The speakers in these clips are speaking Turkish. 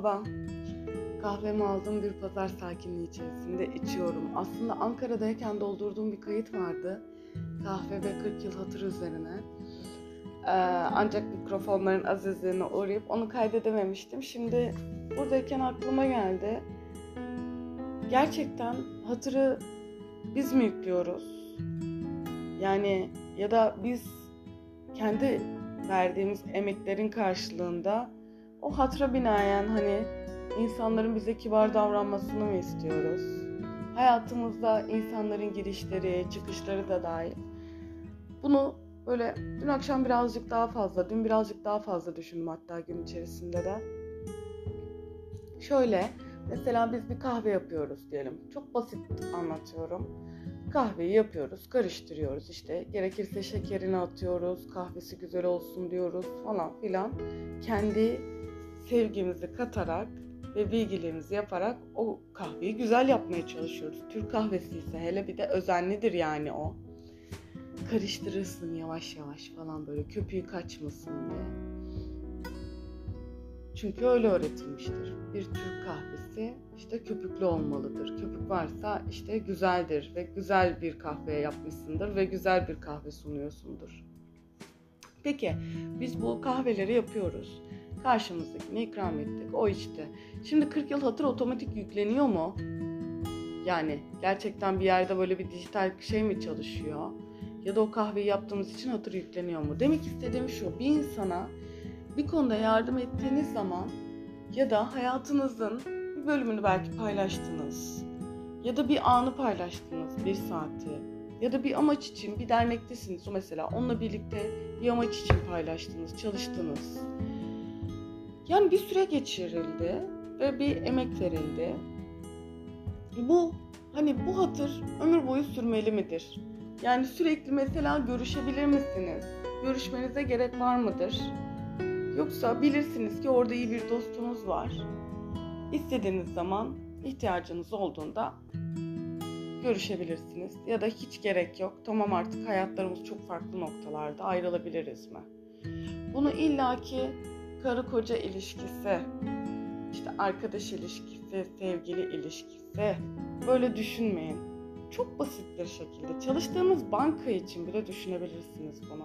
sabah kahvemi aldığım bir pazar sakinliği içerisinde içiyorum. Aslında Ankara'dayken doldurduğum bir kayıt vardı. Kahve ve 40 yıl hatır üzerine. Ancak mikrofonların azizliğine uğrayıp onu kaydedememiştim. Şimdi buradayken aklıma geldi. Gerçekten hatırı biz mi yüklüyoruz? Yani ya da biz kendi verdiğimiz emeklerin karşılığında o hatıra binaen insanların bize kibar davranmasını mı istiyoruz? Hayatımızda insanların girişleri, çıkışları da dahil. Bunu böyle dün akşam dün birazcık daha fazla düşündüm hatta gün içerisinde de. Şöyle, mesela biz bir kahve yapıyoruz diyelim. Çok basit anlatıyorum. Kahveyi yapıyoruz, karıştırıyoruz işte. Gerekirse şekerini atıyoruz, kahvesi güzel olsun diyoruz falan filan. Kendi sevgimizi katarak ve bilgiliğimizi yaparak o kahveyi güzel yapmaya çalışıyoruz. Türk kahvesi ise hele bir de özenlidir yani o. Karıştırırsın yavaş yavaş falan böyle köpüğü kaçmasın diye. Çünkü öyle öğretilmiştir. Bir Türk kahvesi işte köpüklü olmalıdır. Köpük varsa işte güzeldir ve güzel bir kahve yapmışsındır ve güzel bir kahve sunuyorsundur. Peki biz bu kahveleri yapıyoruz. Karşımızdakine ikram ettik. O içti. Şimdi 40 yıl hatır otomatik yükleniyor mu? Yani gerçekten bir yerde böyle bir dijital şey mi çalışıyor? Ya da o kahveyi yaptığımız için hatır yükleniyor mu? Demek istediğim şu. Bir insana bir konuda yardım ettiğiniz zaman ya da hayatınızın bir bölümünü belki paylaştınız ya da bir anı paylaştınız, bir saati ya da bir amaç için bir dernektesiniz mesela onunla birlikte bir amaç için paylaştınız, çalıştınız. Yani bir süre geçirildi ve bir emek verildi. Bu hatır ömür boyu sürmeli midir? Yani sürekli mesela görüşebilir misiniz? Görüşmenize gerek var mıdır? Yoksa bilirsiniz ki orada iyi bir dostunuz var. İstediğiniz zaman, ihtiyacınız olduğunda görüşebilirsiniz. Ya da hiç gerek yok. Tamam artık hayatlarımız çok farklı noktalarda ayrılabiliriz mi? Bunu illaki karı koca ilişkisi, işte arkadaş ilişkisi, sevgili ilişkisi böyle düşünmeyin. Çok basit bir şekilde çalıştığınız banka için bile düşünebilirsiniz bunu.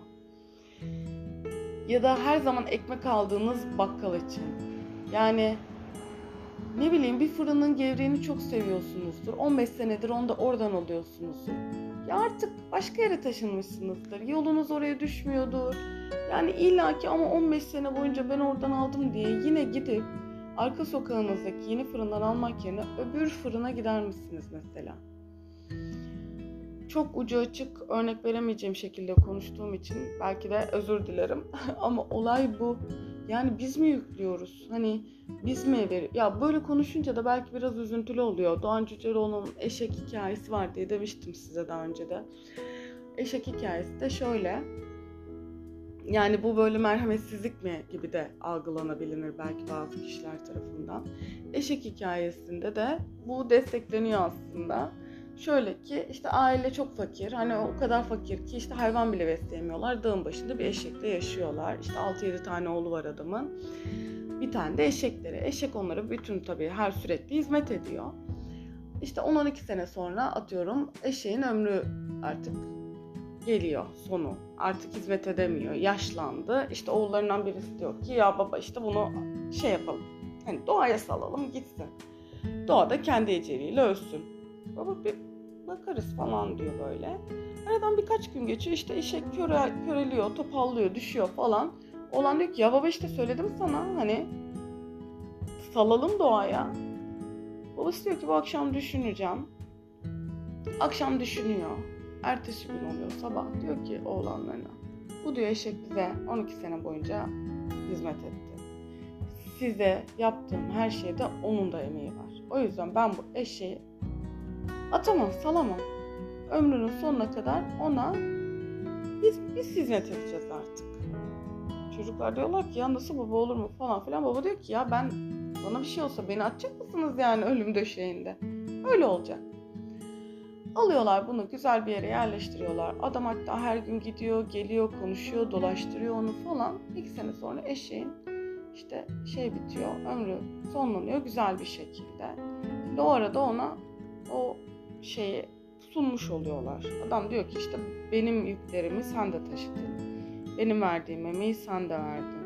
Ya da her zaman ekmek aldığınız bakkal için. Yani ne bileyim bir fırının gevreğini çok seviyorsunuzdur. 15 senedir oradan alıyorsunuzdur. Ya artık başka yere taşınmışsınızdır. Yolunuz oraya düşmüyordur. Yani illaki ama 15 sene boyunca ben oradan aldım diye yine gidip arka sokağınızdaki yeni fırından almak yerine öbür fırına gider misiniz mesela? Çok ucu açık örnek veremeyeceğim şekilde konuştuğum için belki de özür dilerim. Ama olay bu. Yani biz mi yüklüyoruz? Biz mi Ya böyle konuşunca da belki biraz üzüntülü oluyor. Doğan Cüceloğlu'nun eşek hikayesi var diye demiştim size daha önce de. Eşek hikayesi de şöyle. Yani bu böyle merhametsizlik mi gibi de algılanabilir belki bazı kişiler tarafından. Eşek hikayesinde de bu destekleniyor aslında. Şöyle ki işte aile çok fakir. O kadar fakir ki işte hayvan bile besleyemiyorlar. Dağın başında bir eşekle yaşıyorlar. İşte 6-7 tane oğlu var adamın. Bir tane de eşekleri. Eşek onlara bütün tabii her sürekli hizmet ediyor. İşte 10-12 sene sonra atıyorum eşeğin ömrü artık geliyor sonu. Artık hizmet edemiyor. Yaşlandı. İşte oğullarından birisi diyor ki ya baba işte bunu yapalım. Doğaya salalım gitsin. Doğada kendi eceliyle ölsün. Baba bir bakarız falan diyor böyle. Aradan birkaç gün geçiyor işte eşek köreliyor, topallıyor, düşüyor falan. Oğlan diyor ki ya baba işte söyledim sana salalım doğaya. Babası diyor ki bu akşam düşüneceğim. Akşam düşünüyor. Ertesi gün oluyor sabah diyor ki oğlanlarına. Bu diyor eşek bize 12 sene boyunca hizmet etti. Size yaptığım her şeyde onun da emeği var. O yüzden ben bu eşeği atamam, salamam. Ömrünün sonuna kadar ona biz hizmet edeceğiz artık. Çocuklar diyorlar ki ya nasıl baba olur mu falan filan. Baba diyor ki ya bana bir şey olsa beni atacak mısınız yani ölüm döşeğinde? Öyle olacak. Alıyorlar bunu güzel bir yere yerleştiriyorlar. Adam hatta her gün gidiyor, geliyor, konuşuyor, dolaştırıyor onu falan. 2 sene sonra eşeğin işte bitiyor, ömrü sonlanıyor güzel bir şekilde. Şimdi o arada ona o şeyi sunmuş oluyorlar. Adam diyor ki işte benim yüklerimi sen de taşıdın. Benim verdiğim emeği sen de verdin.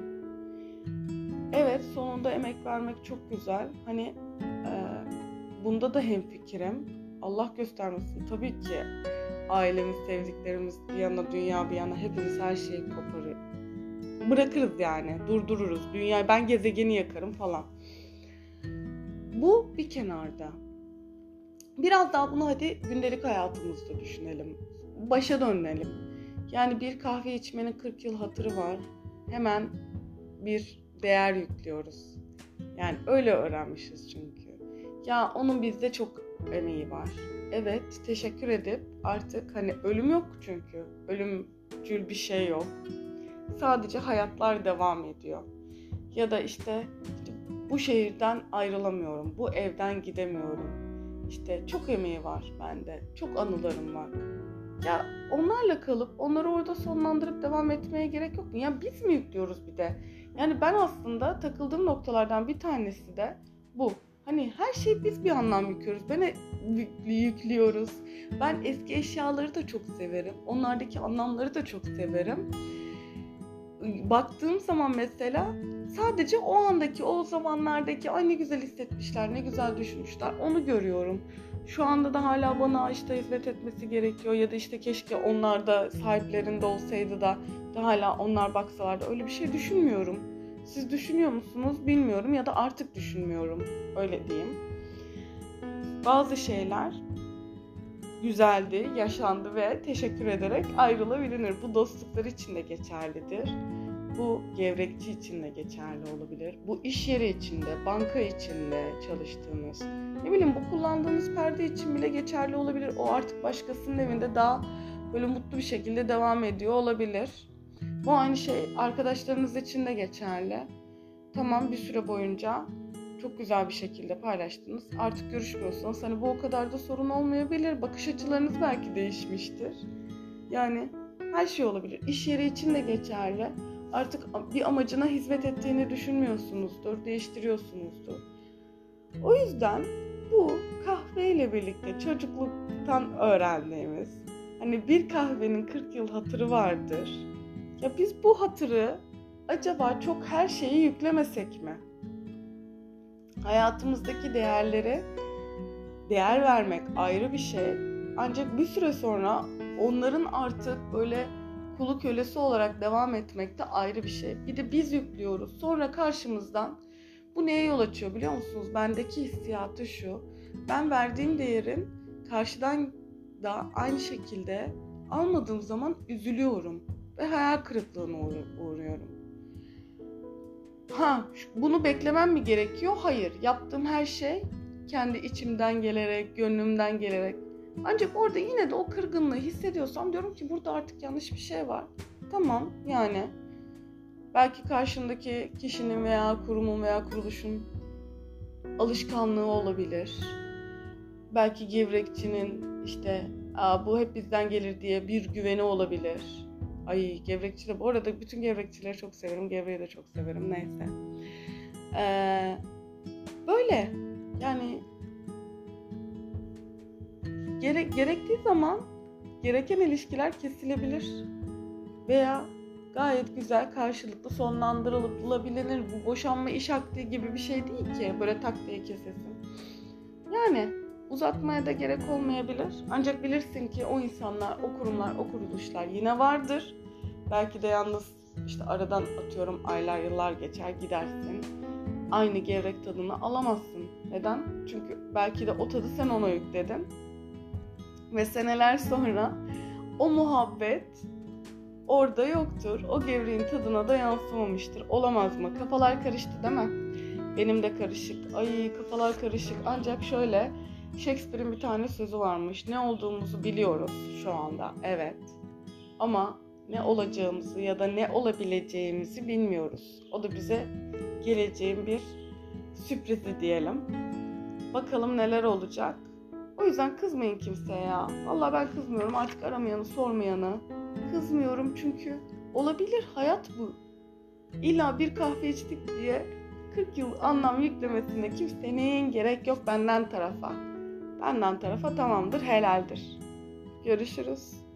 Evet, sonunda emek vermek çok güzel. Hani bunda da hemfikirim. Allah göstermesin. Tabii ki ailemiz, sevdiklerimiz bir yana, dünya bir yana hepimiz her şeyi koparır. Bırakırız yani, durdururuz. Dünyayı ben gezegeni yakarım falan. Bu bir kenarda. Biraz daha bunu hadi gündelik hayatımızda düşünelim. Başa dönelim. Yani bir kahve içmenin 40 yıl hatırı var. Hemen bir değer yüklüyoruz. Yani öyle öğrenmişiz çünkü. Ya onun bizde çok emeği var. Evet, teşekkür edip artık hani ölüm yok çünkü. Ölümcül bir şey yok. Sadece hayatlar devam ediyor. Ya da işte bu şehirden ayrılamıyorum. Bu evden gidemiyorum. İşte çok emeği var bende. Çok anılarım var. Ya onlarla kalıp onları orada sonlandırıp devam etmeye gerek yok mu? Ya biz mi yüklüyoruz bir de? Yani ben aslında takıldığım noktalardan bir tanesi de bu. Hani her şeyi biz bir anlam yüklüyoruz. Yüklüyoruz. Ben eski eşyaları da çok severim. Onlardaki anlamları da çok severim. Baktığım zaman mesela sadece o andaki, o zamanlardaki ay ne güzel hissetmişler, ne güzel düşünmüşler onu görüyorum. Şu anda da hala bana işte hizmet etmesi gerekiyor ya da işte keşke onlar da sahiplerinde olsaydı da hala onlar baksalardı. Öyle bir şey düşünmüyorum. Siz düşünüyor musunuz bilmiyorum ya da artık düşünmüyorum. Öyle diyeyim. Bazı şeyler güzeldi, yaşandı ve teşekkür ederek ayrılabilir. Bu dostluklar için de geçerlidir. Bu gevrekçi için de geçerli olabilir. Bu iş yeri içinde, banka içinde çalıştığınız, ne bileyim bu kullandığınız perde için bile geçerli olabilir. O artık başkasının evinde daha böyle mutlu bir şekilde devam ediyor olabilir. Bu aynı şey arkadaşlarınız için de geçerli. Tamam bir süre boyunca çok güzel bir şekilde paylaştınız. Artık görüşmüyorsanız hani bu o kadar da sorun olmayabilir. Bakış açılarınız belki değişmiştir. Yani her şey olabilir. İş yeri için de geçerli. Artık bir amacına hizmet ettiğini düşünmüyorsunuzdur, değiştiriyorsunuzdur. O yüzden bu kahveyle birlikte çocukluktan öğrendiğimiz hani bir kahvenin 40 yıl hatırı vardır. Ya biz bu hatırı acaba çok her şeyi yüklemesek mi? Hayatımızdaki değerlere değer vermek ayrı bir şey. Ancak bir süre sonra onların artık böyle kulu kölesi olarak devam etmek de ayrı bir şey. Bir de biz yüklüyoruz. Sonra karşımızdan bu neye yol açıyor biliyor musunuz? Bendeki hissiyatı şu. Ben verdiğim değerin karşıdan da aynı şekilde almadığım zaman üzülüyorum ve hayal kırıklığına uğruyorum. Bunu beklemem mi gerekiyor? Hayır. Yaptığım her şey kendi içimden gelerek, gönlümden gelerek. Ancak orada yine de o kırgınlığı hissediyorsam diyorum ki burada artık yanlış bir şey var. Tamam yani. Belki karşındaki kişinin veya kurumun veya kuruluşun alışkanlığı olabilir. Belki gevrekçinin işte bu hep bizden gelir diye bir güveni olabilir. Ay gevrekçi de bu arada bütün gevrekçileri çok severim. Gevreği de çok severim neyse. Böyle yani gerektiği zaman gereken ilişkiler kesilebilir. Veya gayet güzel karşılıklı sonlandırılabilir. Bu boşanma iş akdi gibi bir şey değil ki böyle tak diye kesesin. Yani uzatmaya da gerek olmayabilir. Ancak bilirsin ki o insanlar, o kurumlar, o kuruluşlar yine vardır. Belki de yalnız işte aradan atıyorum aylar yıllar geçer gidersin. Aynı gevrek tadını alamazsın. Neden? Çünkü belki de o tadı sen ona yükledin. Ve seneler sonra o muhabbet orada yoktur. O gevreğin tadına da yansımamıştır. Olamaz mı? Kafalar karıştı değil mi? Benim de karışık. Ay kafalar karışık. Ancak şöyle Shakespeare'in bir tane sözü varmış. Ne olduğumuzu biliyoruz şu anda. Evet. Ama ne olacağımızı ya da ne olabileceğimizi bilmiyoruz. O da bize geleceğin bir sürprizi diyelim. Bakalım neler olacak. O yüzden kızmayın kimseye ya. Vallahi ben kızmıyorum. Artık aramayanı, sormayanı kızmıyorum çünkü olabilir. Hayat bu. İlla bir kahve içtik diye 40 yıl anlam yüklemesine kimsenin gerek yok benden tarafa. Benden tarafa tamamdır, helaldir. Görüşürüz.